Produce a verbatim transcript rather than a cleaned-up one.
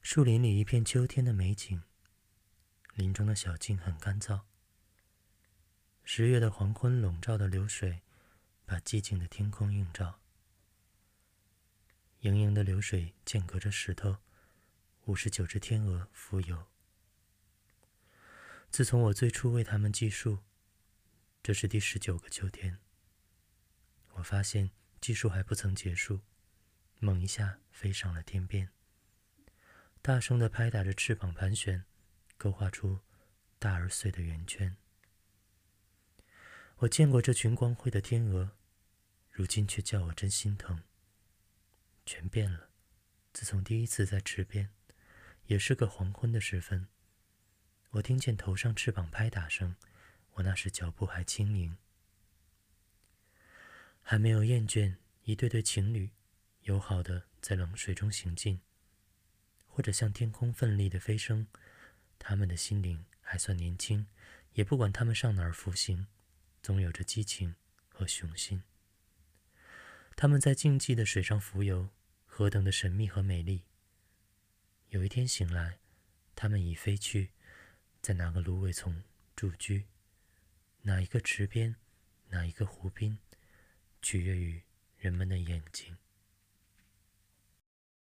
树林里一片秋天的美景，林中的小径很干燥。十月的黄昏笼罩的流水，把寂静的天空映照。盈盈的流水间隔着石头，五十九只天鹅浮游。自从我最初为它们计数，这是第十九个秋天。我发现计数还不曾结束，猛一下飞上了天边，大声地拍打着翅膀盘旋，勾画出大而碎的圆圈。我见过这群光辉的天鹅，如今却叫我真心疼。全变了，自从第一次在池边，也是个黄昏的时分，我听见头上翅膀拍打声，我那时脚步还轻盈。还没有厌倦，一对对情侣友好的在冷水中行进，或者向天空奋力的飞升。他们的心灵还算年轻，也不管他们上哪儿浮行，总有着激情和雄心。他们在静寂的水上浮游，何等的神秘和美丽。有一天醒来，他们已飞去，在哪个芦苇丛驻居，哪一个池边，哪一个湖滨，取悦于人们的眼睛。